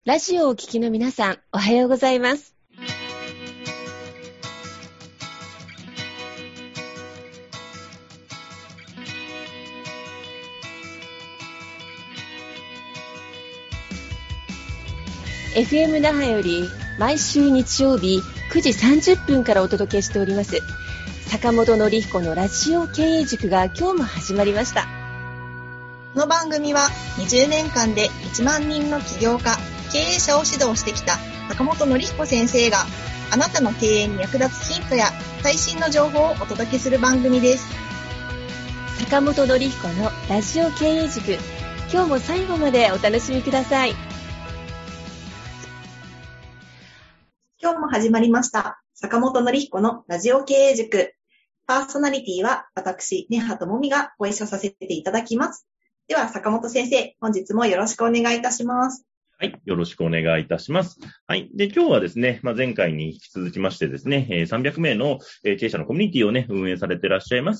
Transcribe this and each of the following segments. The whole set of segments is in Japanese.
ラジオをお聞きの皆さん、おはようございます。FM 那覇より毎週日曜日9時30分からお届けしております坂本典彦のラジオ経営塾が今日も始まりました。 この番組は20年間で1万人の起業家、経営者を指導してきた坂本典彦先生があなたの経営に役立つヒントや最新の情報をお届けする番組です。 坂本典彦のラジオ経営塾、今日も最後までお楽しみください。 今日も始まりました坂本典彦のラジオ経営塾。パーソナリティは私根葉智美がご一緒させていただきます。では坂本先生、本日もよろしくお願いいたします。 はい。よろしくお願いいたします。はい。で、今日はですね、前回に引き続きましてですね、300名の経営者のコミュニティをね、運営されていらっしゃいます、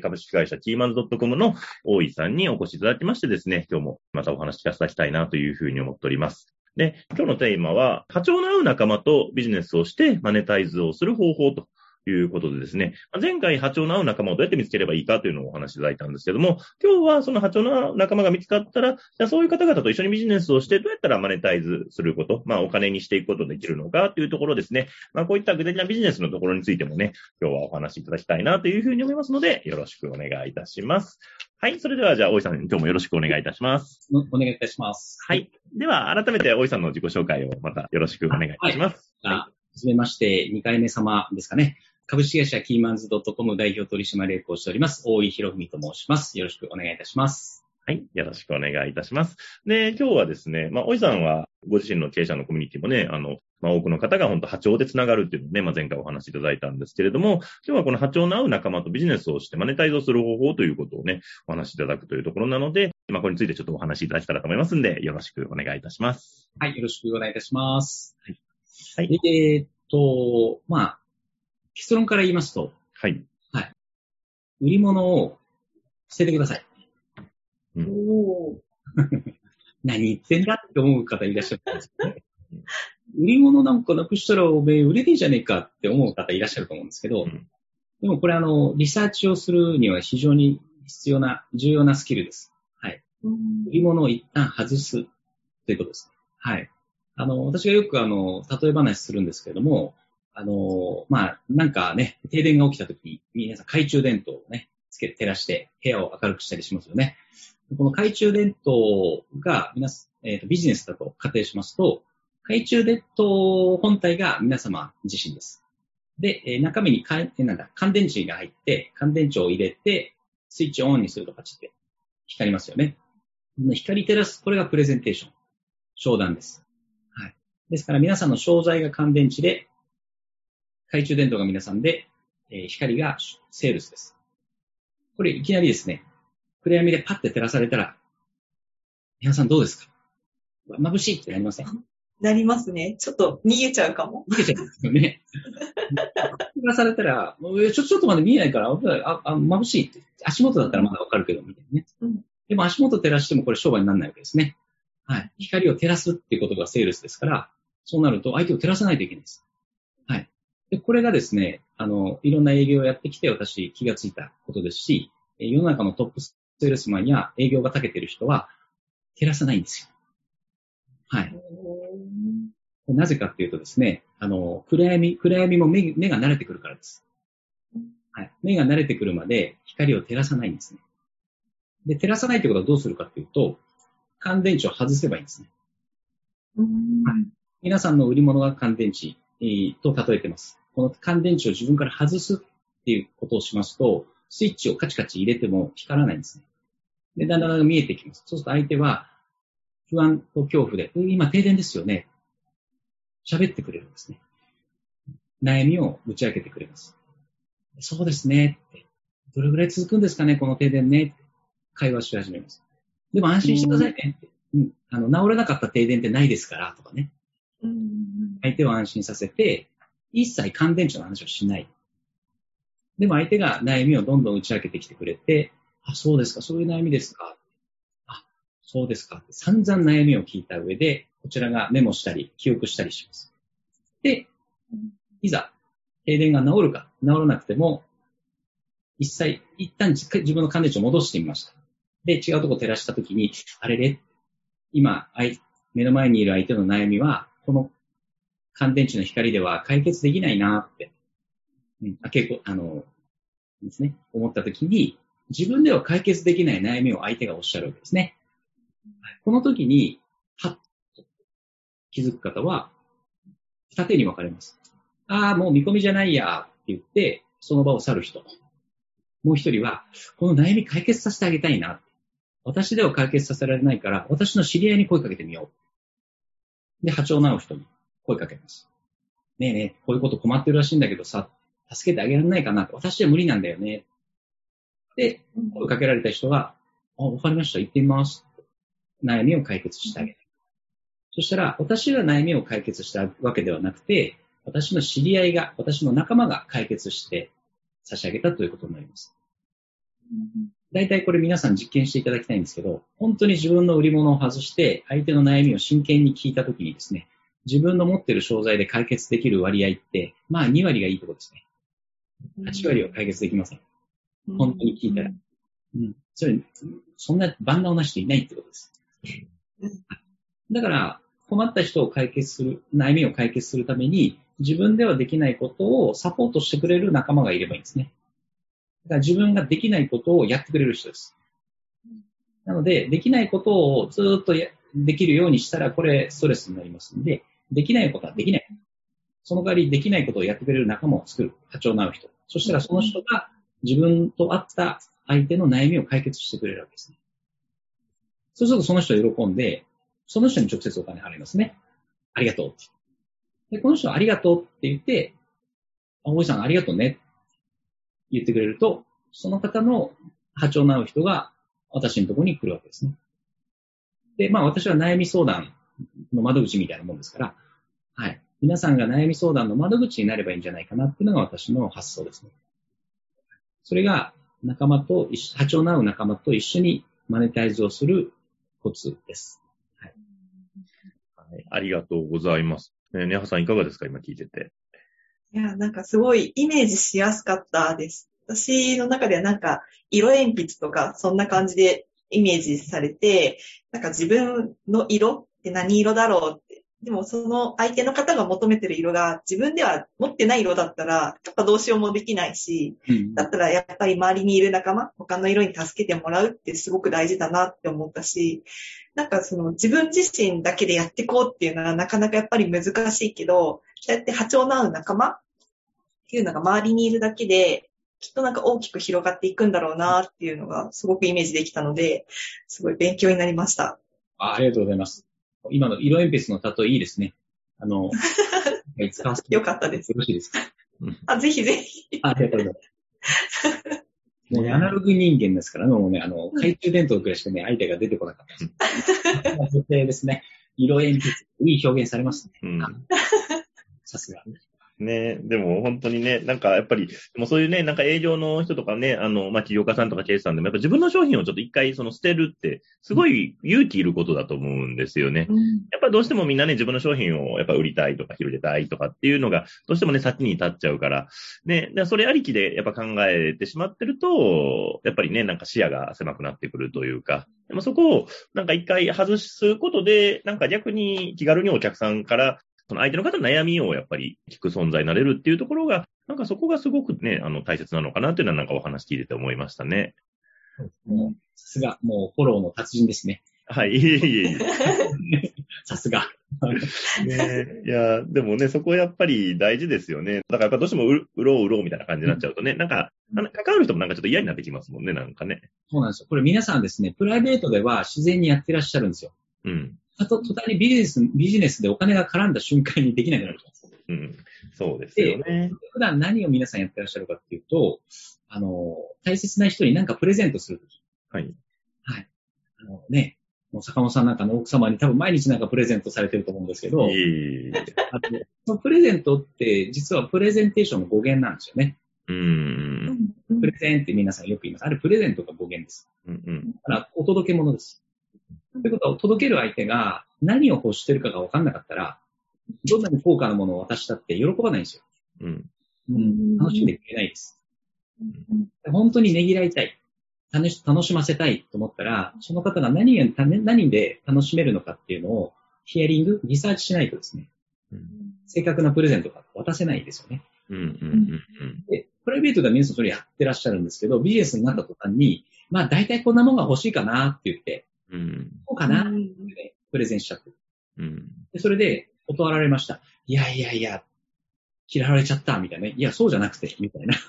株式会社キーマンズ .com の大井さんにお越しいただきましてですね、今日もまたお話聞かせていただきたいなというふうに思っております。で、今日のテーマは、波長の合う仲間とビジネスをしてマネタイズをする方法ということでですね、前回波長の合う仲間をどうやって見つければいいかというのをお話しいただいたんですけども、今日はその波長の合う仲間が見つかったら、じゃあそういう方々と一緒にビジネスをしてどうやったらマネタイズすること、お金にしていくことができるのかというところですね。こういった具体的なビジネスのところについてもね、今日はお話しいただきたいなというふうに思いますので、よろしくお願いいたします。はい。それではじゃあ大井さん、今日もよろしくお願いいたします。 お願いいたします。 はい。では改めて大井さんの自己紹介をまたよろしくお願いいたします。 はい。はじめまして、2回目様ですかね。株式会社キーマンズ .com 代表取締役をしております、大井博文と申します。よろしくお願いいたします。 はい。よろしくお願いいたします。で、今日はですね、大井さんはご自身の経営者のコミュニティもね、多くの方が本当波長でつながるっていうのをね、前回お話しいただいたんですけれども、今日はこの波長の合う仲間とビジネスをしてマネタイズをする方法ということをね、お話しいただくというところなので、これについてちょっとお話しいただけたらと思いますんで、よろしくお願いいたします。 はい。よろしくお願いいたします。 はい。 結論から言いますと、 はい。 はい。売り物を捨ててください。何言ってんだって思う方いらっしゃるんですよね。売り物なんかなくしたらおめえ売れねえじゃねえかって思う方いらっしゃると思うんですけど、でもこれリサーチをするには非常に重要なスキルです。はい。売り物を一旦外すということです。はい。私がよく例え話するんですけれども、なんかね、停電が起きた時に皆さん懐中電灯をね、照らして部屋を明るくしたりしますよね。この懐中電灯がビジネスだと仮定しますと、懐中電灯本体が皆様自身です。で、中身に乾電池が入って、乾電池を入れて、スイッチをオンにするとパチって光りますよね。光照らす、これがプレゼンテーション。商談です。はい。ですから皆さんの商材が乾電池で、懐中電灯が皆さんで、光がセールスです。これいきなりですね、暗闇でパッて照らされたら、皆さんどうですか？眩しいってなりません？ なりますね。ちょっと逃げちゃうかも。 逃げちゃうんですよね。照らされたら、ちょっとまで見えないから、眩しいって。足元だったらまだわかるけど、みたいなね。でも足元照らしてもこれ商売にならないわけですね。はい。光を照らすっていうことがセールスですから、そうなると相手を照らさないといけないです。はい。で、これがですね、いろんな営業をやってきて私気がついたことですし、世の中のトップセールスマンや営業が長けている人は照らさないんですよ。はい。なぜかっていうとですね、暗闇も目が慣れてくるからです。はい。目が慣れてくるまで光を照らさないんですね。で、照らさないってことはどうするかっていうと、乾電池を外せばいいんですね。はい。皆さんの売り物が乾電池と例えてます。この乾電池を自分から外すっていうことをしますと、スイッチをカチカチ入れても光らないんですね。で、だんだん見えてきます。そうすると相手は不安と恐怖で、今停電ですよね。喋ってくれるんですね。悩みを打ち明けてくれます。そうですねって。どれぐらい続くんですかね、この停電ねって。会話し始めます。でも安心してくださいねって。治れなかった停電ってないですからとかね。相手を安心させて、一切乾電池の話をしない。でも相手が悩みをどんどん打ち明けてきてくれて、あ、そうですか、そういう悩みですか。あ、そうですかって散々悩みを聞いた上で、 こちらがメモしたり、記憶したりします。で、いざ、停電が治るか、治らなくても、一旦自分の乾電池を戻してみました。で、違うとこ照らしたときに、あれれ、今、目の前にいる相手の悩みは、この乾電池の光では解決できないなって、ですね、思ったときに、自分では解決できない悩みを相手がおっしゃるわけですね。この時に、はっと気づく方は、二手に分かれます。ああ、もう見込みじゃないやって言って、その場を去る人。もう一人は、この悩み解決させてあげたいな。私では解決させられないから、私の知り合いに声かけてみよう。で、波長の合う人に声かけます。ねえねえ、こういうこと困ってるらしいんだけどさ、助けてあげられないかな。私は無理なんだよね。で、声かけられた人が、わかりました、行ってみます。悩みを解決してあげる。そしたら、私が悩みを解決したわけではなくて、私の知り合いが、私の仲間が解決して差し上げたということになります。大体これ皆さん実験していただきたいんですけど、本当に自分の売り物を外して、相手の悩みを真剣に聞いたときにですね、自分の持っている商材で解決できる割合って、まあ2割がいいところですね。8割は解決できません。本当に聞いたら。そんな万能な人いないってことです。だから、困った人を解決する、悩みを解決するために、自分ではできないことをサポートしてくれる仲間がいればいいんですね。だから自分ができないことをやってくれる人です。なので、できないことをずっとできるようにしたら、これストレスになりますので、できないことはできない。その代わりできないことをやってくれる仲間を作る。波長の合う人。そしたらその人が自分と合った相手の悩みを解決してくれるわけですね。そうするとその人は喜んで、その人に直接お金払いますね。ありがとう。で、この人はありがとうって言って、大井さんありがとうねって言ってくれると、その方の波長の合う人が私のところに来るわけですね。で、まあ私は悩み相談の窓口みたいなもんですから、はい。皆さんが悩み相談の窓口になればいいんじゃないかなっていうのが私の発想ですね。それが波長の合う仲間と一緒にマネタイズをするコツです。はい。 ありがとうございます。ねはさんいかがですか、今聞いてて。 いや、なんかすごいイメージしやすかったです。私の中ではなんか色鉛筆とかそんな感じでイメージされて、なんか自分の色って何色だろうって。でもその相手の方が求めてる色が自分では持ってない色だったら、やっぱどうしようもできないし、だったらやっぱり周りにいる仲間、他の色に助けてもらうってすごく大事だなって思ったし、なんかその自分自身だけでやっていこうっていうのはなかなかやっぱり難しいけど、そうやって波長の合う仲間っていうのが周りにいるだけで、きっとなんか大きく広がっていくんだろうなっていうのがすごくイメージできたので、すごい勉強になりました。 ありがとうございます。今の色鉛筆の例えいいですね。 よかったです。 よろしいですか？ ぜひぜひ。 ありがとうございます。もうね、アナログ人間ですからね、もうね、懐中電灯くらいしかね、相手が出てこなかったです。女性ですね。色鉛筆、いい表現されますね。さすが。 ね、でも本当にね、なんかやっぱり、もうそういうね、なんか営業の人とかね、起業家さんとか経営者さんでも、やっぱ自分の商品をちょっと一回捨てるって、すごい勇気いることだと思うんですよね。やっぱどうしてもみんなね、自分の商品をやっぱ売りたいとか広げたいとかっていうのが、どうしてもね、先に立っちゃうから、ね、それありきでやっぱ考えてしまってると、やっぱりね、なんか視野が狭くなってくるというか、でもそこをなんか一回外すことで、なんか逆に気軽にお客さんから、その相手の方の悩みをやっぱり聞く存在になれるっていうところが、なんかそこがすごくね、大切なのかなっていうのはなんかお話聞いてて思いましたね。 もう、さすが、もうフォローの達人ですね。 はい、いえいえ。 さすが。 ね、いや、でもね、そこやっぱり大事ですよね。だからやっぱどうしても売ろうみたいな感じになっちゃうとね、なんか、関わる人もなんかちょっと嫌になってきますもんね、なんかね。 そうなんですよ。これ皆さんですね、プライベートでは自然にやってらっしゃるんですよ。途端にビジネスでお金が絡んだ瞬間にできなくなるんです。 そうですよね。 普段何を皆さんやってらっしゃるかっていうと、大切な人に何かプレゼントするとき。 はい。 はい。ね、もう坂本さんなんかの奥様に多分毎日なんかプレゼントされてると思うんですけど、そのプレゼントって実はプレゼンテーションの語源なんですよね。プレゼンって皆さんよく言います。あれプレゼントが語源です。だからお届け物です。ということは、届ける相手が何を欲してるかが分かんなかったら、どんなに高価なものを渡したって喜ばないんですよ。楽しんでくれないです。本当にねぎらいたい。楽しませたいと思ったら、その方が何で楽しめるのかっていうのをヒアリング、リサーチしないとですね、正確なプレゼントが渡せないですよね。で、プライベートでは皆さんそれやってらっしゃるんですけど、ビジネスになった途端に、まあ大体こんなものが欲しいかなって言って、そうかなって、ね、プレゼンしちゃって、で。それで断られました。いや、嫌われちゃったみたいなね。いや、そうじゃなくて、みたいな。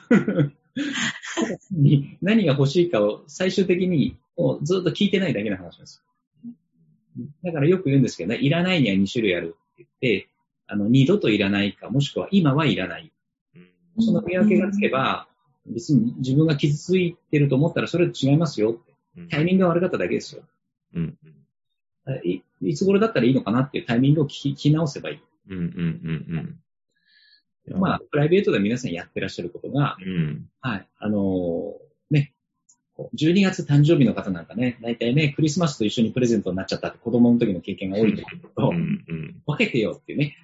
何が欲しいかを最終的にもうずっと聞いてないだけの話なんですよ。だからよく言うんですけどね、いらないには2種類あるって言って、二度といらないか、もしくは今はいらない。その見分けがつけば、別に自分が傷ついてると思ったらそれ違いますよって。タイミングが悪かっただけですよ。いつ頃だったらいいのかなっていうタイミングを聞き直せばいい。まあ、プライベートで皆さんやってらっしゃることが、はい、ね、12月誕生日の方なんかね、大体ね、クリスマスと一緒にプレゼントになっちゃったって子供の時の経験が多いと思うと、分けてよっていうね、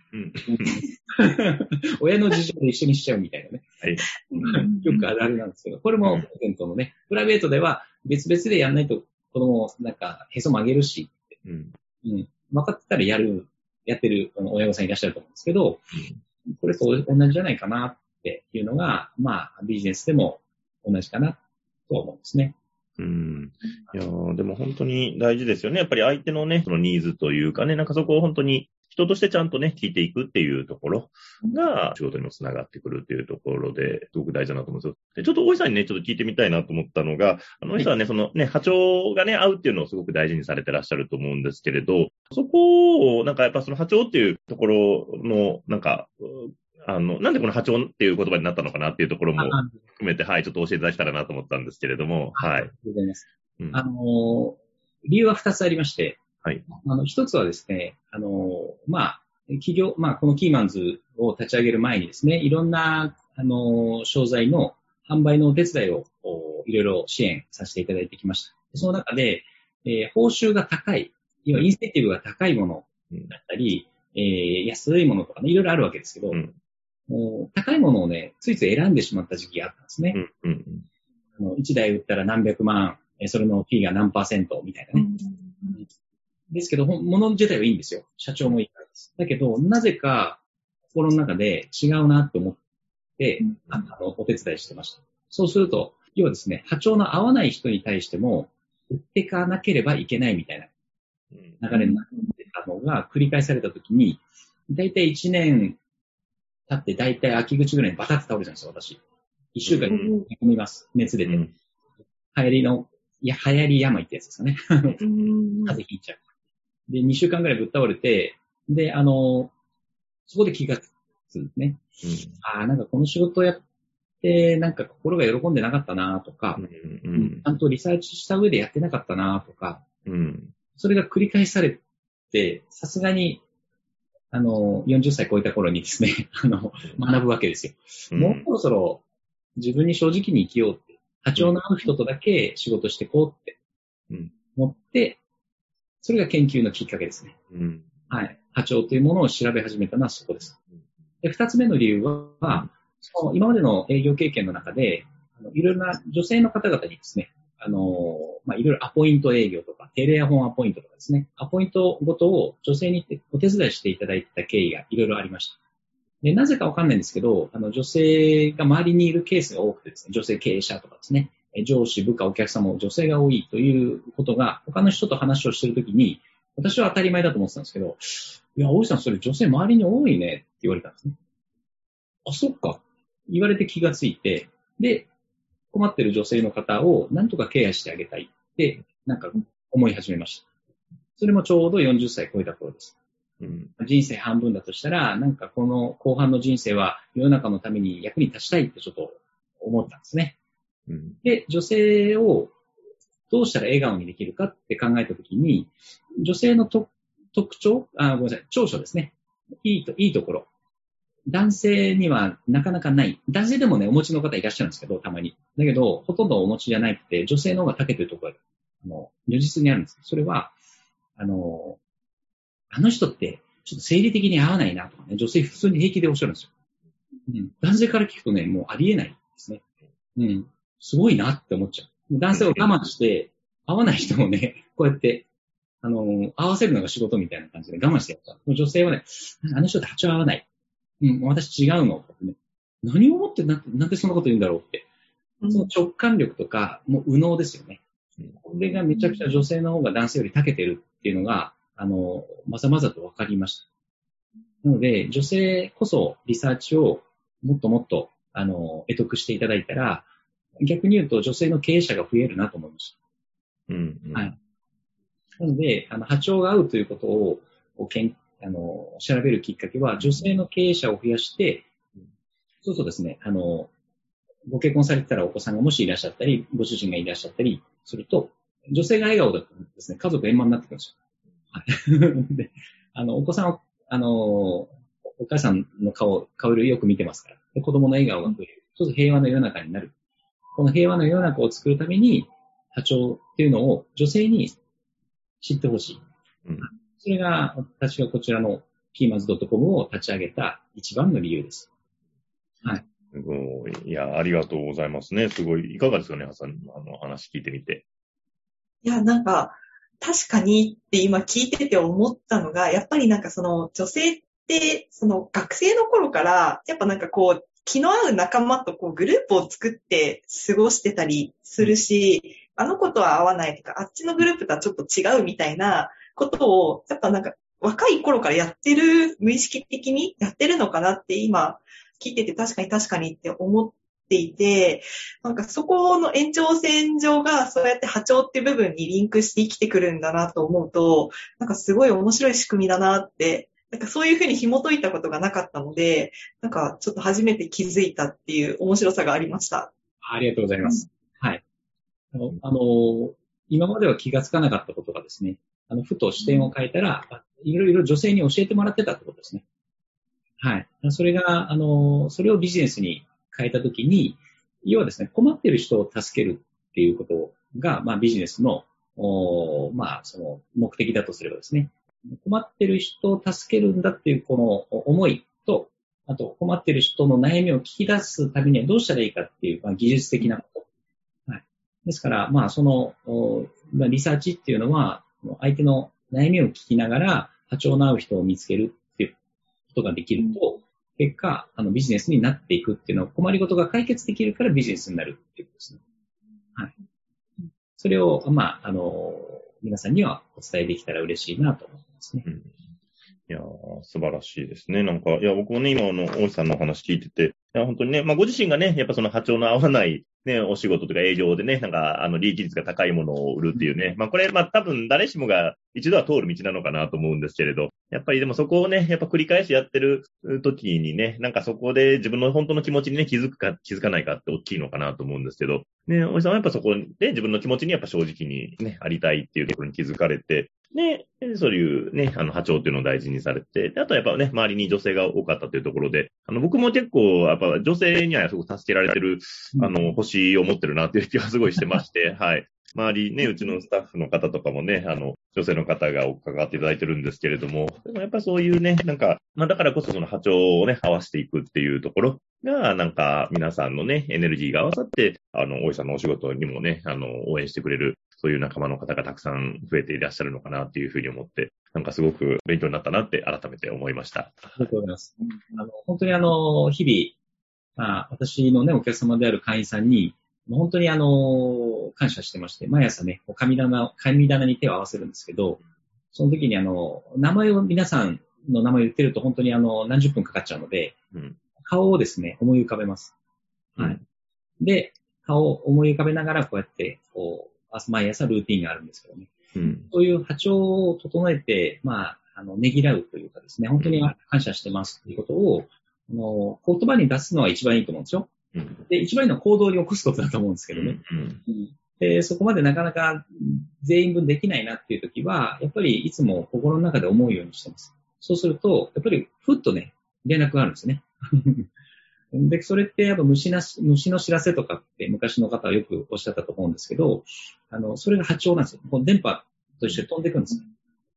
親の事情で一緒にしちゃうみたいなね、よくあるあるなんですけど、これもプレゼントのね、プライベートでは別々でやんないと子供なんかへそ曲げるし、分かってたらやってる親御さんいらっしゃると思うんですけど、これと同じじゃないかなっていうのが、まあ、ビジネスでも同じかなと思うんですね。 いやでも本当に大事ですよね。やっぱり相手のね、そのニーズというかね、なんかそこを本当に人としてちゃんとね、聞いていくっていうところが仕事にもつながってくるっていうところで、すごく大事だなと思うんですよ。でちょっと大井さんにね、ちょっと聞いてみたいなと思ったのが、人はね、そのね、波長がね、合うっていうのをすごく大事にされてらっしゃると思うんですけれど、そこを、なんかやっぱその波長っていうところの、なんか、なんでこの波長っていう言葉になったのかなっていうところも含めて、はい、ちょっと教えていただけたらなと思ったんですけれども、はい。ありがとうございます。理由は2つありまして、はい。一つはですね、まあ、このキーマンズを立ち上げる前にですね、いろんな、商材の販売のお手伝いをいろいろ支援させていただいてきました。その中で、報酬が高い、要はインセンティブが高いものだったり、安いものとかね、いろいろあるわけですけど、高いものをね、ついつい選んでしまった時期があったんですね。1台売ったら何百万、それのフィーが何%みたいなね。ですけど、物自体はいいんですよ。社長もいいからです。だけど、なぜか心の中で違うなと思って、お手伝いしてました。そうすると、要はですね、波長の合わない人に対しても、売っていかなければいけないみたいな流れになってたのが繰り返されたときに、だいたい1年経ってだいたい秋口ぐらいにバタッと倒れちゃうんですよ、私。1週間に寝込みます。熱出て。流行り病ってやつですかね。風邪ひいちゃう。で、2週間ぐらいぶっ倒れて、で、そこで気がつくんですね。なんかこの仕事やって、なんか心が喜んでなかったなとか、ちゃんとリサーチした上でやってなかったなとか、それが繰り返されて、さすがに、40歳超えた頃にですね、学ぶわけですよ。もうそろそろ自分に正直に生きようって、波長の合う人とだけ仕事していこうって思って、それが研究のきっかけですね。はい。波長というものを調べ始めたのはそこです。で、2つ目の理由は、今までの営業経験の中で、いろいろな女性の方々にですね、いろいろアポイント営業とか、テレアフォンアポイントとかですね、アポイントごとを女性にお手伝いしていただいてた経緯がいろいろありました。で、なぜかわかんないんですけど、女性が周りにいるケースが多くてですね、女性経営者とかですね、上司、部下、お客様も女性が多いということが、他の人と話をしているときに、私は当たり前だと思ってたんですけど、いや、大石さん、それ女性周りに多いねって言われたんですね。あ、そっか。言われて気がついて、で、困っている女性の方を何とかケアしてあげたいって、なんか思い始めました。それもちょうど40歳超えた頃です。人生半分だとしたら、なんかこの後半の人生は世の中のために役に立ちたいってちょっと思ったんですね。で、女性をどうしたら笑顔にできるかって考えたときに、女性の特徴、ごめんなさい、長所ですね。いいところ。男性にはなかなかない。男性でもね、お持ちの方いらっしゃるんですけど、たまに。だけど、ほとんどお持ちじゃなくて、女性の方が長けてるところが、如実にあるんです。それは、 あの人って、ちょっと生理的に合わないなとかね、女性普通に平気でおっしゃるんですよ。男性から聞くとね、もうありえないですね。すごいなって思っちゃう。男性を我慢して、合わない人をね、こうやって、合わせるのが仕事みたいな感じで我慢してやった。女性はね、あの人と波長合わない。私違うのってね。何を思ってなんでそんなこと言うんだろうって。その直感力とか、もう右脳ですよね。これがめちゃくちゃ女性の方が男性より長けてるっていうのが、まざまざと分かりました。なので、女性こそリサーチをもっともっと、得得していただいたら、逆に言うと女性の経営者が増えるなと思いました。はい。なので、波長が合うということを、調べるきっかけは、女性の経営者を増やして、そうするとですね、ご結婚されてたらお子さんがもしいらっしゃったり、ご主人がいらっしゃったりすると、女性が笑顔だとですね、家族円満になってくるんですよ。はい。で、お子さんを、お母さんの顔色よく見てますから。で、子供の笑顔が増える。そうすると平和の世の中になる。この平和の世の中を作るために、波長っていうのを女性に知ってほしい。それが、私がこちらの PMAS.com を立ち上げた一番の理由です。はい。 すごい。いや、ありがとうございますね。すごい。いかがですかね、ハさん、話聞いてみて。 いや、なんか、確かにって今聞いてて思ったのが、やっぱりなんかその女性って、その学生の頃から、やっぱなんかこう、気の合う仲間とこうグループを作って過ごしてたりするし、あの子とは合わないとか、あっちのグループとはちょっと違うみたいなことを、やっぱなんか若い頃からやってる、無意識的にやってるのかなって今聞いてて確かにって思っていて、なんかそこの延長線上がそうやって波長っていう部分にリンクして生きてくるんだなと思うと、なんかすごい面白い仕組みだなって、なんかそういうふうに紐解いたことがなかったので、なんかちょっと初めて気づいたっていう面白さがありました。 ありがとうございます。はい。今までは気がつかなかったことがですね、ふと視点を変えたら、いろいろ女性に教えてもらってたってことですね。はい。それが、それをビジネスに変えたときに、要はですね、困っている人を助けるっていうことが、ビジネスの、その目的だとすればですね、困っている人を助けるんだっていうこの思いと、あと困っている人の悩みを聞き出すためにはどうしたらいいかっていう、技術的なこと。はい。ですから、その、リサーチっていうのは、相手の悩みを聞きながら波長の合う人を見つけるっていうことができると、結果、ビジネスになっていくっていうのは困りごとが解決できるからビジネスになるっていうことですね。はい。それを、皆さんにはお伝えできたら嬉しいなと思いますね。 いやー、素晴らしいですね。なんか、いや、僕もね、今大石さんのお話聞いてて、いや、本当にね、ご自身がね、やっぱその波長の合わない、ね、お仕事とか営業でね、なんか、利益率が高いものを売るっていうね、これ、多分誰しもが一度は通る道なのかなと思うんですけれど、やっぱりでもそこをね、やっぱ繰り返しやってる時にね、なんかそこで自分の本当の気持ちにね、気づくか気づかないかって大きいのかなと思うんですけど、ね、大石さんはやっぱそこで自分の気持ちにやっぱ正直にね、ありたいっていうところに気づかれて、で、そういうね、波長っていうのを大事にされて、で、あとはやっぱね、周りに女性が多かったというところで、僕も結構、やっぱ女性にはすごく助けられてる、星を持ってるなっていう気はすごいしてまして、はい。周りね、うちのスタッフの方とかもね、女性の方が関わっていただいてるんですけれども、でもやっぱそういうね、なんか、だからこそその波長をね、合わせていくっていうところが、なんか、皆さんのね、エネルギーが合わさって、大井さんのお仕事にもね、応援してくれる、そういう仲間の方がたくさん増えていらっしゃるのかなっていうふうに思って、なんかすごく勉強になったなって改めて思いました。 ありがとうございます。本当に日々、私のね、お客様である会員さんに、本当に感謝してまして、毎朝ね、神棚に手を合わせるんですけど、その時に皆さんの名前を言ってると本当に何十分かかっちゃうので、顔をですね、思い浮かべます。はい。で、顔を思い浮かべながらこうやって、毎朝ルーティンがあるんですけどね。そういう波長を整えて、ねぎらうというかですね、本当に感謝してますということを、言葉に出すのは一番いいと思うんですよ。で、一番いいのは行動に起こすことだと思うんですけどね。で、そこまでなかなか全員分できないなっていう時は、やっぱりいつも心の中で思うようにしてます。そうすると、やっぱりふっとね、連絡があるんですね。で、それってやっぱ虫の知らせとかって昔の方はよくおっしゃったと思うんですけど、それが波長なんですよ。この電波と一緒に飛んでいくんですよ。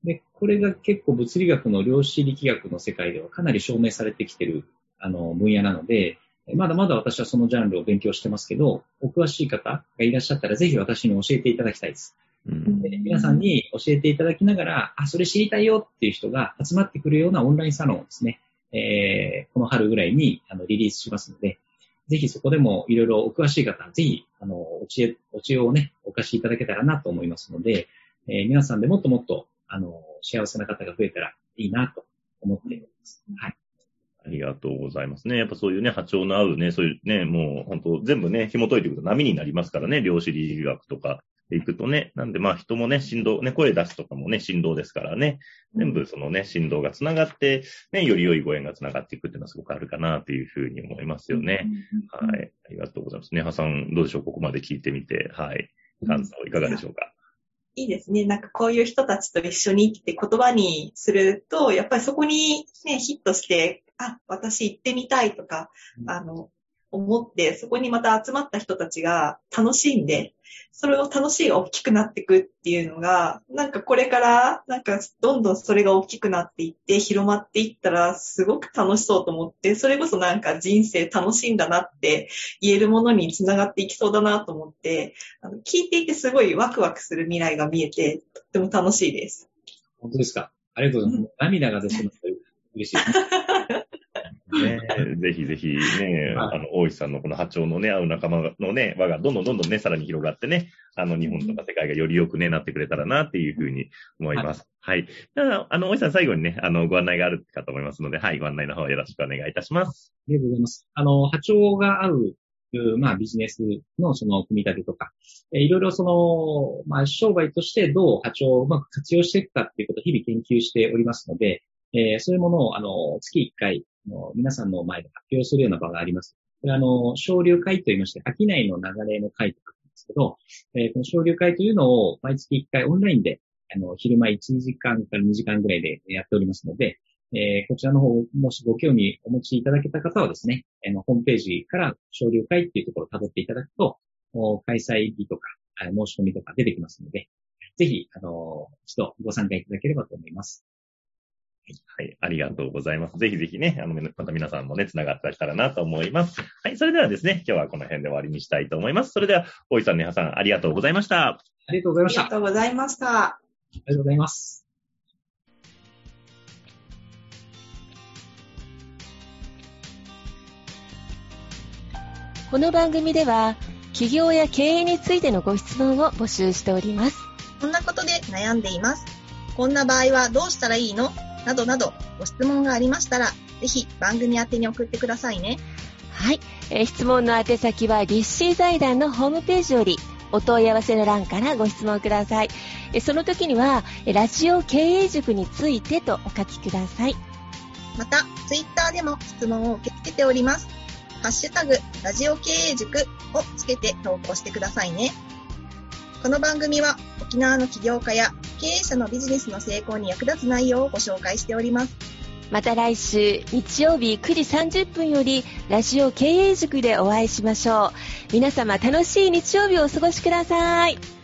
で、これが結構物理学の量子力学の世界ではかなり証明されてきている分野なので、まだまだ私はそのジャンルを勉強してますけど、お詳しい方がいらっしゃったらぜひ私に教えていただきたいです。皆さんに教えていただきながら、それ知りたいよっていう人が集まってくるようなオンラインサロンをですね、この春ぐらいにリリースしますので、ぜひそこでもいろいろお詳しい方、ぜひお知恵をね、お貸しいただけたらなと思いますので、皆さんでもっともっと幸せな方が増えたらいいなと思っています。はい。 ありがとうございますね。やっぱそういうね、波長の合うね、そういうね、もう本当全部ね、紐解いていくと波になりますからね、量子力学とかでいくとね。なんで人もね、振動、ね、声出すとかもね、振動ですからね。全部そのね、振動がつながって、ね、より良いご縁がつながっていくっていうのはすごくあるかなというふうに思いますよね。はい。ありがとうございます。ねはさん、どうでしょう？ここまで聞いてみて。はい。感想いかがでしょうか？ いいですね。なんかこういう人たちと一緒に生きて言葉にすると、やっぱりそこにね、ヒットして、私行ってみたいとか、思って、そこにまた集まった人たちが楽しんで、それを楽しいが大きくなっていくっていうのが、なんかこれから、なんかどんどんそれが大きくなっていって、広まっていったら、すごく楽しそうと思って、それこそなんか人生楽しいんだなって言えるものにつながっていきそうだなと思って、聞いていてすごいワクワクする未来が見えて、とっても楽しいです。 本当ですか？ありがとうございます。涙が出そうになって嬉しいです。 ね、ぜひぜひね、大石さんのこの波長のね、合う仲間のね、輪がどんどんね、さらに広がってね、日本とか世界がより良くね、なってくれたらな、っていうふうに思います。はい。大石さん最後にね、ご案内があるかと思いますので、はい、ご案内の方よろしくお願いいたします。 ありがとうございます。波長が合う、ビジネスの組み立てとか、いろいろ商売としてどう波長をうまく活用していくかっていうことを日々研究しておりますので、そういうものを月1回、皆さんの前で発表するような場があります。これは昇竜会と言いまして、商いの流れの会とかなんですけど、この昇竜会というのを毎月1回オンラインで、昼間1時間から2時間ぐらいでやっておりますので、こちらの方、もしご興味お持ちいただけた方はですね、ホームページから昇竜会っていうところを辿っていただくと、開催日とか、申し込みとか出てきますので、ぜひ、一度ご参加いただければと思います。 はい、ありがとうございます。ぜひぜひね、また皆さんもね、つながってきたらなと思います。はい、それではですね、今日はこの辺で終わりにしたいと思います。それでは、大石さん、ねはさん、ありがとうございました。 ありがとうございました。 ありがとうございました。 ありがとうございます。 この番組では、起業や経営についてのご質問を募集しております。 こんなことで悩んでいます。こんな場合はどうしたらいいの？などなどご質問がありましたら、ぜひ番組宛てに送ってくださいね。 はい、質問の宛先は立志財団のホームページよりお問い合わせの欄からご質問ください。その時にはラジオ経営塾についてとお書きください。 またツイッターでも質問を受け付けております。ハッシュタグラジオ経営塾をつけて投稿してくださいね。この番組は沖縄の起業家や経営者のビジネスの成功に役立つ内容をご紹介しております。 また来週日曜日9時30分よりラジオ経営塾でお会いしましょう。皆様楽しい日曜日をお過ごしください。